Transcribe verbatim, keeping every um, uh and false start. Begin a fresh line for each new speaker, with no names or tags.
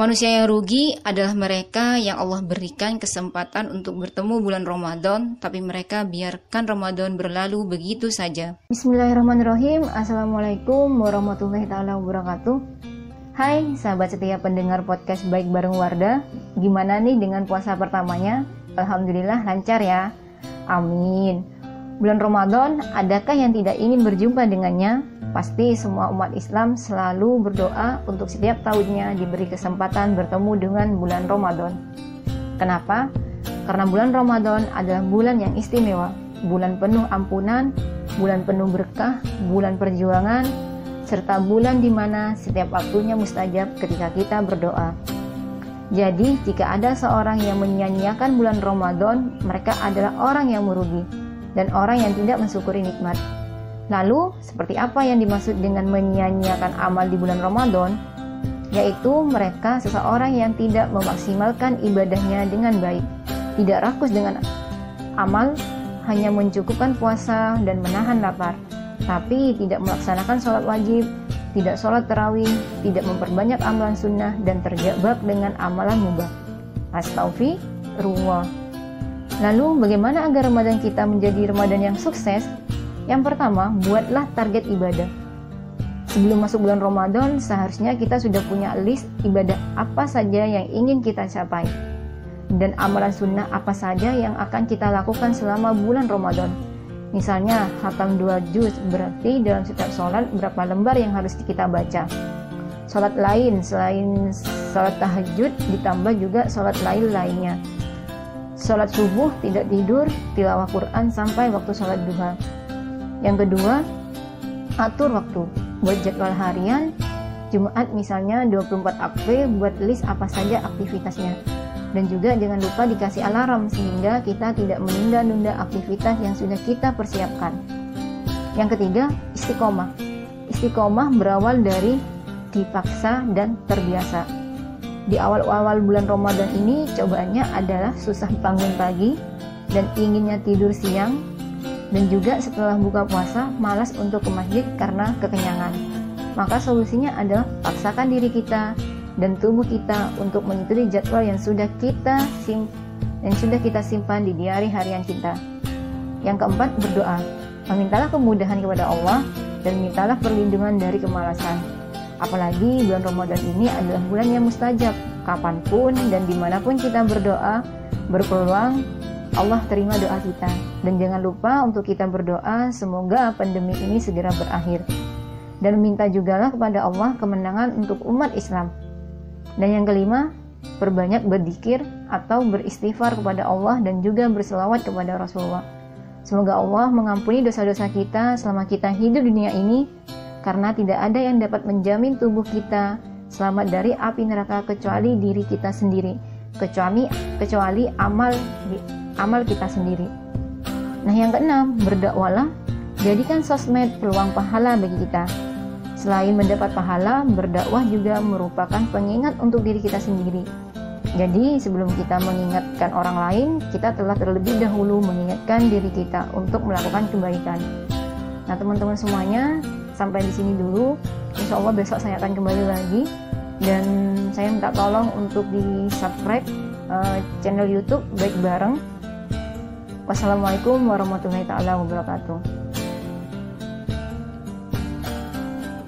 Manusia yang rugi adalah mereka yang Allah berikan kesempatan untuk bertemu bulan Ramadan, tapi mereka biarkan Ramadan berlalu begitu saja.
Bismillahirrahmanirrahim. Assalamualaikum warahmatullahi taala wabarakatuh. Hai sahabat setia pendengar podcast Baik Bareng Wardah. Gimana nih dengan puasa pertamanya? Alhamdulillah lancar ya. Amin. Bulan Ramadan, adakah yang tidak ingin berjumpa dengannya? Pasti semua umat Islam selalu berdoa untuk setiap tahunnya diberi kesempatan bertemu dengan bulan Ramadan. Kenapa? Karena bulan Ramadan adalah bulan yang istimewa, bulan penuh ampunan, bulan penuh berkah, bulan perjuangan, serta bulan di mana setiap waktunya mustajab ketika kita berdoa. Jadi, jika ada seorang yang menyia-nyiakan bulan Ramadan, mereka adalah orang yang merugi dan orang yang tidak mensyukuri nikmat. Lalu, seperti apa yang dimaksud dengan menyia-nyiakan amal di bulan Ramadan? Yaitu mereka seseorang yang tidak memaksimalkan ibadahnya dengan baik, tidak rakus dengan amal, hanya mencukupkan puasa dan menahan lapar, tapi tidak melaksanakan sholat wajib, tidak sholat tarawih, tidak memperbanyak amalan sunnah, dan terjebak dengan amalan mubah. Astagfirullah. Lalu, bagaimana agar Ramadan kita menjadi Ramadan yang sukses? Yang pertama, buatlah target ibadah. Sebelum masuk bulan Ramadan, seharusnya kita sudah punya list ibadah apa saja yang ingin kita capai, dan amalan sunnah apa saja yang akan kita lakukan selama bulan Ramadan. Misalnya, khatam dua juz, berarti dalam setiap sholat berapa lembar yang harus kita baca. Sholat lain, selain sholat tahajud, ditambah juga sholat lain lainnya. Sholat subuh, tidak tidur, tilawah Quran sampai waktu sholat duha. Yang kedua, atur waktu. Buat jadwal harian, Jumat misalnya dua puluh empat aktif, buat list apa saja aktivitasnya. Dan juga jangan lupa dikasih alarm sehingga kita tidak menunda-nunda aktivitas yang sudah kita persiapkan. Yang ketiga, istiqomah. Istiqomah berawal dari dipaksa dan terbiasa. Di awal-awal bulan Ramadan ini cobaannya adalah susah bangun pagi dan inginnya tidur siang, dan juga setelah buka puasa malas untuk ke masjid karena kekenyangan. Maka solusinya adalah paksakan diri kita dan tubuh kita untuk mengikuti jadwal yang sudah kita sim yang sudah kita simpan di diari harian kita. Yang keempat, berdoa. Memintalah kemudahan kepada Allah dan mintalah perlindungan dari kemalasan. Apalagi bulan Ramadan ini adalah bulan yang mustajab. Kapanpun dan dimanapun kita berdoa, berpeluang Allah terima doa kita. Dan jangan lupa untuk kita berdoa semoga pandemi ini segera berakhir. Dan minta jugalah kepada Allah kemenangan untuk umat Islam. Dan yang kelima, perbanyak berzikir atau beristighfar kepada Allah dan juga berselawat kepada Rasulullah. Semoga Allah mengampuni dosa-dosa kita selama kita hidup di dunia ini, karena tidak ada yang dapat menjamin tubuh kita selamat dari api neraka kecuali diri kita sendiri, kecuali kecuali amal amal kita sendiri. Nah, yang keenam, berdakwalah. Jadikan sosmed peluang pahala bagi kita. Selain mendapat pahala, berdakwah juga merupakan pengingat untuk diri kita sendiri. Jadi, sebelum kita mengingatkan orang lain, kita telah terlebih dahulu mengingatkan diri kita untuk melakukan kebaikan. Nah, teman-teman semuanya, sampai di sini dulu. Insya Allah besok saya akan kembali lagi. Dan saya minta tolong untuk di-subscribe uh, channel YouTube Baik Bareng. Wassalamualaikum warahmatullahi taala wabarakatuh.